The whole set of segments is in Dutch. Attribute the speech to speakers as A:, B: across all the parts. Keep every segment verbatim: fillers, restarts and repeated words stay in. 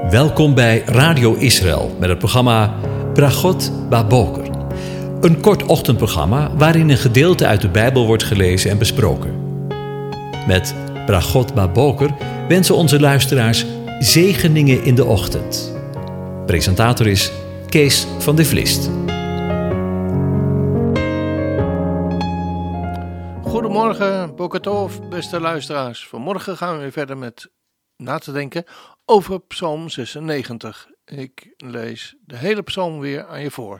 A: Welkom bij Radio Israël met het programma Bragot Baboker. Een kort ochtendprogramma waarin een gedeelte uit de Bijbel wordt gelezen en besproken. Met Bragot Baboker wensen onze luisteraars zegeningen in de ochtend. Presentator is Kees van de Vlist.
B: Goedemorgen, Boker Tov, beste luisteraars. Vanmorgen gaan we weer verder met na te denken over Psalm zesennegentig. Ik lees de hele psalm weer aan je voor.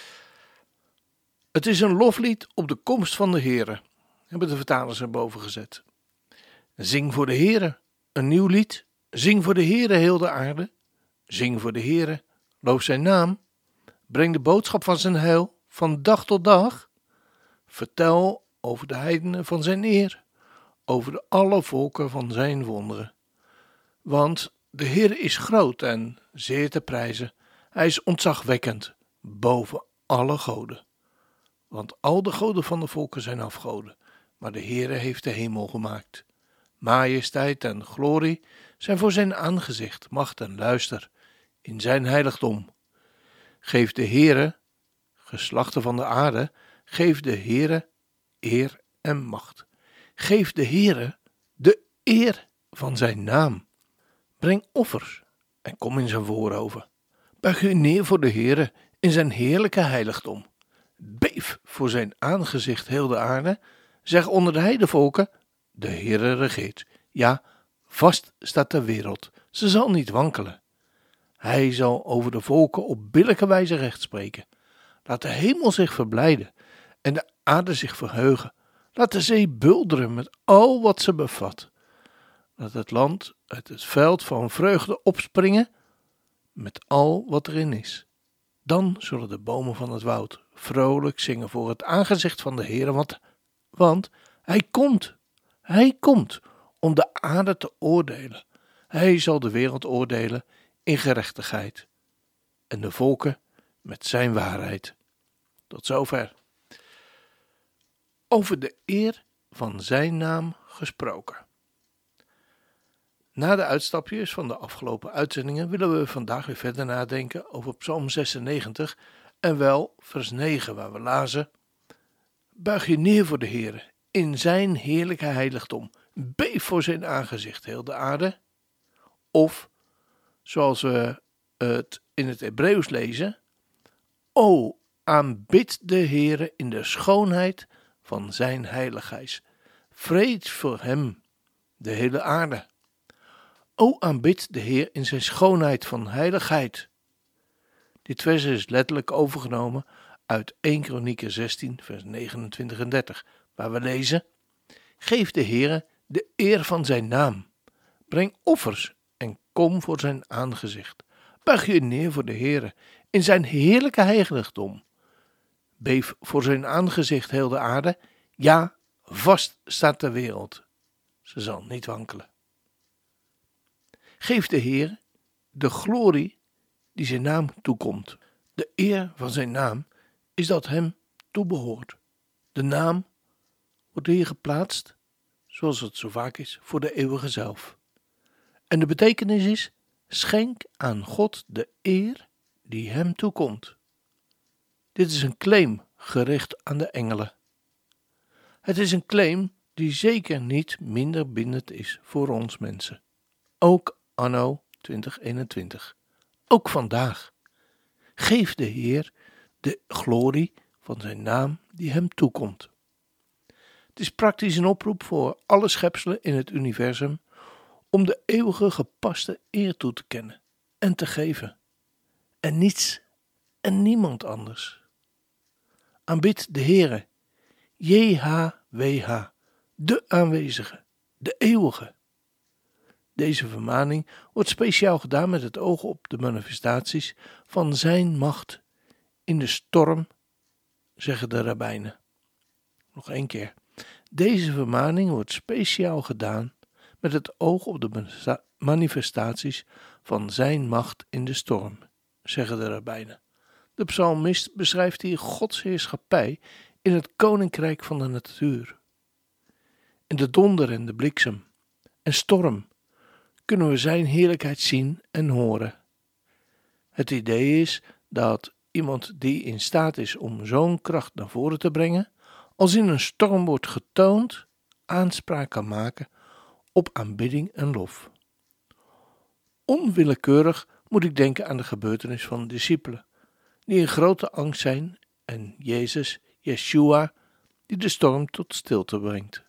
B: Het is een loflied op de komst van de Heere, hebben de vertalers erboven gezet. Zing voor de Heere, een nieuw lied. Zing voor de Heere, heel de aarde. Zing voor de Heere, loof zijn naam. Breng de boodschap van zijn heil van dag tot dag. Vertel over de heidenen van zijn eer, over de alle volken van zijn wonderen. Want de Heer is groot en zeer te prijzen. Hij is ontzagwekkend boven alle goden. Want al de goden van de volken zijn afgoden, maar de Heere heeft de hemel gemaakt. Majesteit en glorie zijn voor zijn aangezicht, macht en luister in zijn heiligdom. Geef de Heere, geslachten van de aarde, geef de Heere eer en macht. Geef de Heere de eer van zijn naam. Breng offers en kom in zijn voorhoven. Buig u neer voor de Heere in zijn heerlijke heiligdom. Beef voor zijn aangezicht heel de aarde. Zeg onder de heidevolken, de Heere regeert. Ja, vast staat de wereld, ze zal niet wankelen. Hij zal over de volken op billijke wijze recht spreken. Laat de hemel zich verblijden en de aarde zich verheugen. Laat de zee bulderen met al wat ze bevat. Laat het land uit het veld van vreugde opspringen met al wat erin is. Dan zullen de bomen van het woud vrolijk zingen voor het aangezicht van de Heere, want, want hij komt, hij komt om de aarde te oordelen. Hij zal de wereld oordelen in gerechtigheid en de volken met zijn waarheid. Tot zover. Over de eer van zijn naam gesproken. Na de uitstapjes van de afgelopen uitzendingen willen we vandaag weer verder nadenken over Psalm zesennegentig en wel vers negen waar we lazen: Buig je neer voor de Heere in zijn heerlijke heiligdom, beef voor zijn aangezicht heel de aarde. Of, zoals we het in het Hebreeuws lezen: O, aanbid de Heere in de schoonheid van zijn heiligheid. Vrees voor hem de hele aarde. O, aanbid de Heer in zijn schoonheid van heiligheid. Dit vers is letterlijk overgenomen uit eerste Kronieken zestien, vers negenentwintig en dertig, waar we lezen: Geef de Heere de eer van zijn naam. Breng offers en kom voor zijn aangezicht. Buig je neer voor de Heere in zijn heerlijke heiligdom. Beef voor zijn aangezicht heel de aarde. Ja, vast staat de wereld. Ze zal niet wankelen. Geef de Heer de glorie die zijn naam toekomt. De eer van zijn naam is dat hem toebehoort. De naam wordt hier geplaatst, zoals het zo vaak is, voor de eeuwige zelf. En de betekenis is: schenk aan God de eer die hem toekomt. Dit is een claim gericht aan de engelen. Het is een claim die zeker niet minder bindend is voor ons mensen. Ook anno twintig eenentwintig. Ook vandaag. Geef de Heer de glorie van zijn naam die hem toekomt. Het is praktisch een oproep voor alle schepselen in het universum om de eeuwige gepaste eer toe te kennen en te geven. En niets en niemand anders. Aanbid de Heere, J H W H, de aanwezige, de eeuwige. Deze vermaning wordt speciaal gedaan met het oog op de manifestaties van zijn macht in de storm, zeggen de rabbijnen. Nog één keer. Deze vermaning wordt speciaal gedaan met het oog op de manifestaties van zijn macht in de storm, zeggen de rabbijnen. De psalmist beschrijft hier Gods heerschappij in het koninkrijk van de natuur. In de donder en de bliksem en storm kunnen we zijn heerlijkheid zien en horen. Het idee is dat iemand die in staat is om zo'n kracht naar voren te brengen, als in een storm wordt getoond, aanspraak kan maken op aanbidding en lof. Onwillekeurig moet ik denken aan de gebeurtenis van de discipelen, die in grote angst zijn, en Jezus, Yeshua, die de storm tot stilte brengt.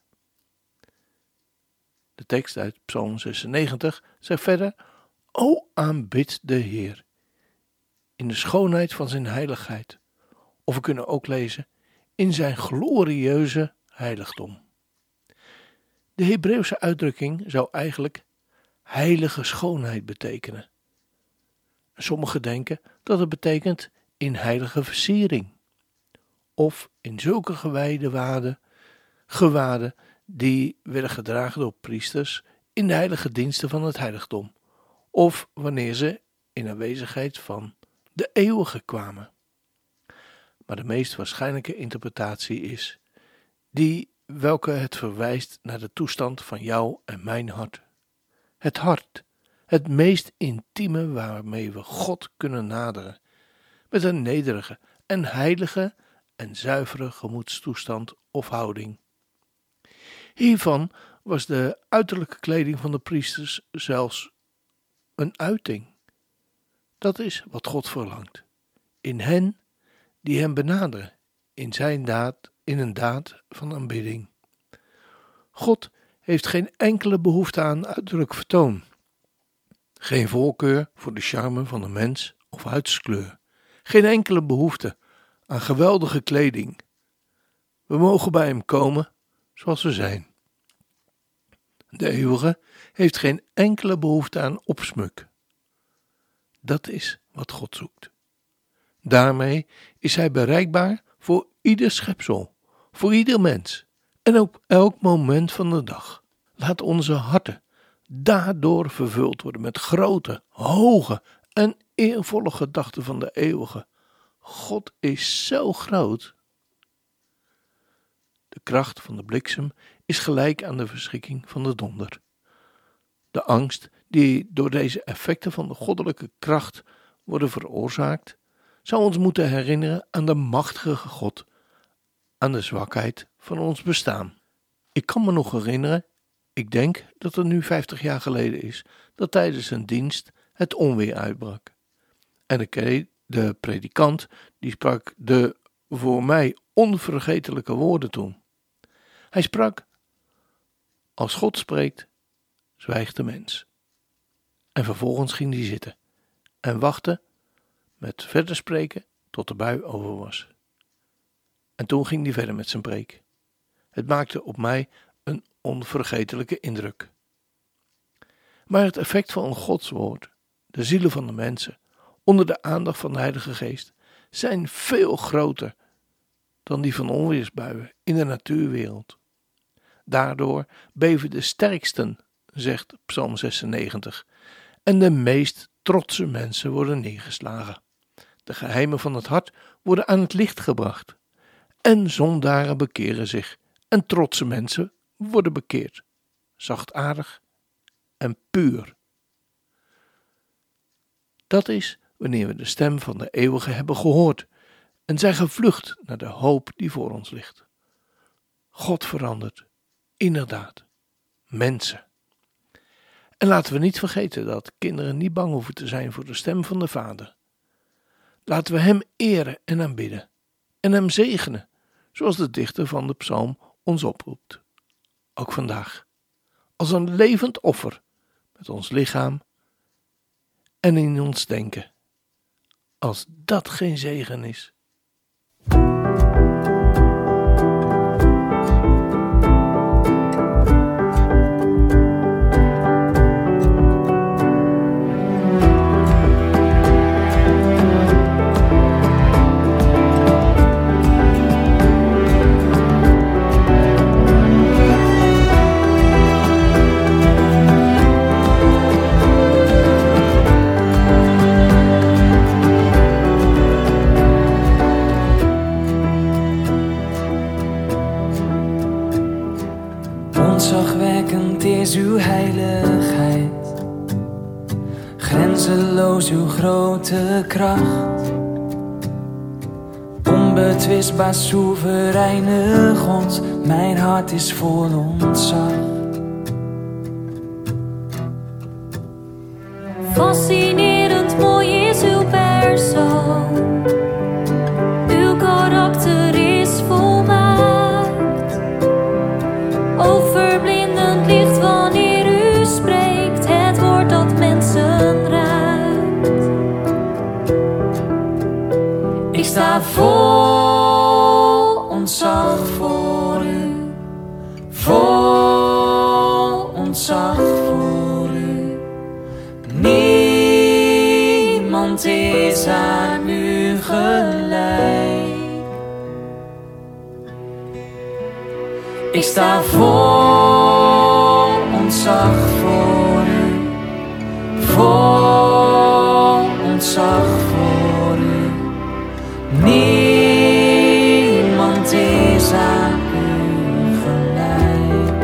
B: De tekst uit Psalm zesennegentig zegt verder: O aanbid de Heer in de schoonheid van zijn heiligheid. Of we kunnen ook lezen: in zijn glorieuze heiligdom. De Hebreeuwse uitdrukking zou eigenlijk heilige schoonheid betekenen. Sommigen denken dat het betekent in heilige versiering, of in zulke gewijde waden, gewaden die werden gedragen door priesters in de heilige diensten van het heiligdom, of wanneer ze in aanwezigheid van de eeuwige kwamen. Maar de meest waarschijnlijke interpretatie is die welke het verwijst naar de toestand van jou en mijn hart. Het hart, het meest intieme waarmee we God kunnen naderen, met een nederige en heilige en zuivere gemoedstoestand of houding. Hiervan was de uiterlijke kleding van de priesters zelfs een uiting. Dat is wat God verlangt. In hen die hem benaderen, in zijn daad, in een daad van aanbidding. God heeft geen enkele behoefte aan uiterlijk vertoon. Geen voorkeur voor de charme van een mens of huidskleur. Geen enkele behoefte aan geweldige kleding. We mogen bij hem komen zoals we zijn. De eeuwige heeft geen enkele behoefte aan opsmuk. Dat is wat God zoekt. Daarmee is hij bereikbaar voor ieder schepsel, voor ieder mens en op elk moment van de dag. Laat onze harten daardoor vervuld worden met grote, hoge en eervolle gedachten van de eeuwige. God is zo groot. De kracht van de bliksem is gelijk aan de verschrikking van de donder. De angst die door deze effecten van de goddelijke kracht worden veroorzaakt, zou ons moeten herinneren aan de machtige God, aan de zwakheid van ons bestaan. Ik kan me nog herinneren, ik denk dat het nu vijftig jaar geleden is, dat tijdens een dienst het onweer uitbrak. En de, de predikant die sprak de voor mij onvergetelijke woorden toen. Hij sprak: als God spreekt, zwijgt de mens. En vervolgens ging hij zitten en wachtte met verder spreken tot de bui over was. En toen ging hij verder met zijn preek. Het maakte op mij een onvergetelijke indruk. Maar het effect van Gods woord, de zielen van de mensen, onder de aandacht van de Heilige Geest, zijn veel groter dan die van onweersbuien in de natuurwereld. Daardoor beven de sterksten, zegt Psalm zesennegentig, en de meest trotse mensen worden neergeslagen. De geheimen van het hart worden aan het licht gebracht. En zondaren bekeren zich. En trotse mensen worden bekeerd. Zachtaardig en puur. Dat is wanneer we de stem van de eeuwige hebben gehoord en zijn gevlucht naar de hoop die voor ons ligt. God verandert, inderdaad, mensen. En laten we niet vergeten dat kinderen niet bang hoeven te zijn voor de stem van de Vader. Laten we hem eren en aanbidden en hem zegenen, zoals de dichter van de psalm ons oproept. Ook vandaag, als een levend offer, met ons lichaam en in ons denken. Als dat geen zegen is.
C: Ontzagwekkend is uw heiligheid, Grenzeloos uw grote kracht, onbetwistbaar soevereine God, mijn hart is vol ontzag.
D: Fascinerend mooi is uw persoon, uw karakter is volmaakt. Oogverblindend licht wanneer u spreekt, het woord dat mensen raakt.
C: Ik sta vol ontzag voor u, vol ontzag voor u. Niemand is aan u gelijk. Ik sta vol ontzag voor u, vol ontzag voor u. Niemand is aan u gelijk.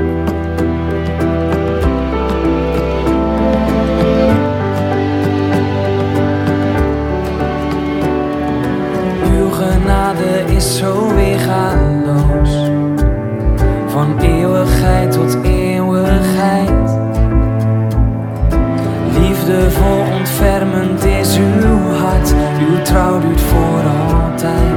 C: Uw genade is zo weergaloos, van eeuwigheid tot eeuwigheid. Liefdevol ontfermend is uw hart, uw trouw duurt voor altijd.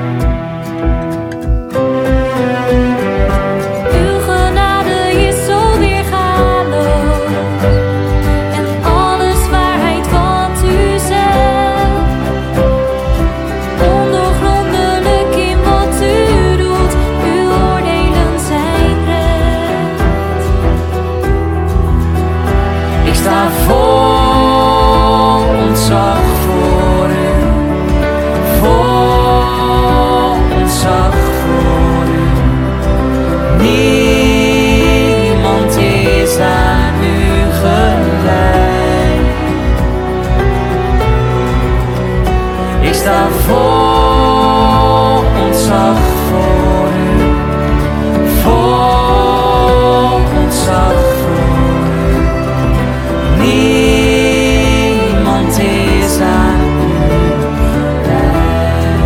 D: Uw genade is zo weergaloos, en alles waarheid wat u zegt. Ondoorgrondelijk in wat u doet, uw oordelen zijn recht.
C: Ik sta vol ontzag voor u, vol ontzag voor u. Niemand is aan u gelijk. Ik sta vol ontzag voor u, vol ontzag voor u. Niemand is aan u gelijk.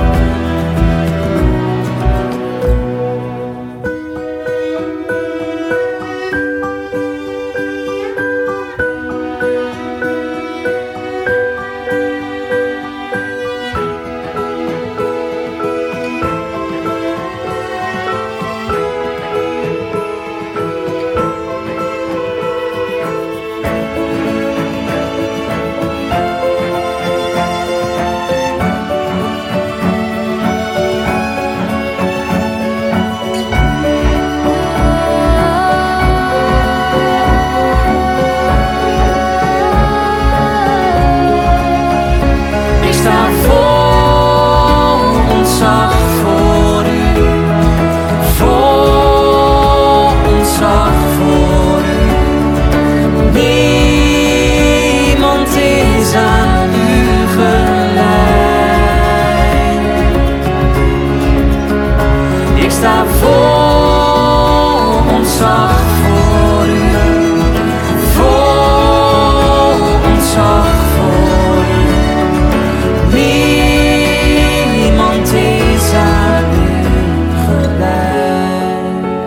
C: Ik sta vol ontzag voor u, vol ontzag voor u. Niemand is aan u gelijk. Ik sta vol ontzag voor u, vol ontzag voor u. Niemand is aan u gelijk.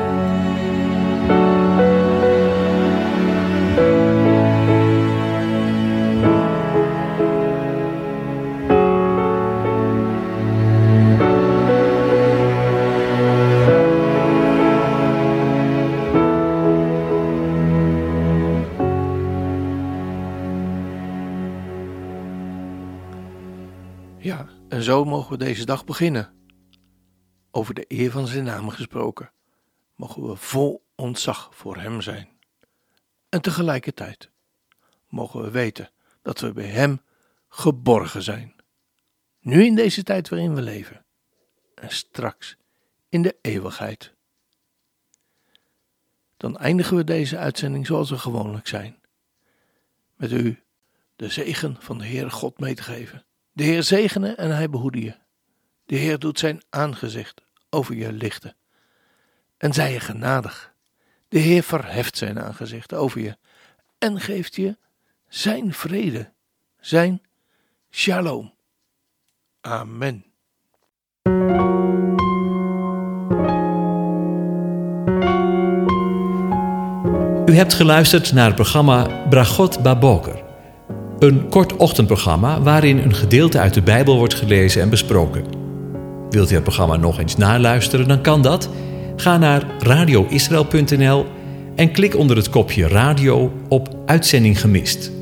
B: Ja, en zo mogen we deze dag beginnen. Over de eer van zijn naam gesproken, mogen we vol ontzag voor hem zijn. En tegelijkertijd mogen we weten dat we bij hem geborgen zijn. Nu in deze tijd waarin we leven. En straks in de eeuwigheid. Dan eindigen we deze uitzending zoals we gewoonlijk zijn. Met u de zegen van de Heere God mee te geven. De Heer zegene en hij behoede je. De Heer doet zijn aangezicht over je lichten. En zij je genadig. De Heer verheft zijn aangezicht over je. En geeft je zijn vrede, zijn shalom. Amen.
A: U hebt geluisterd naar het programma Bragot Baboker. Een kort ochtendprogramma waarin een gedeelte uit de Bijbel wordt gelezen en besproken. Wilt u het programma nog eens naluisteren, dan kan dat. Ga naar radio israël punt n l en klik onder het kopje radio op Uitzending gemist.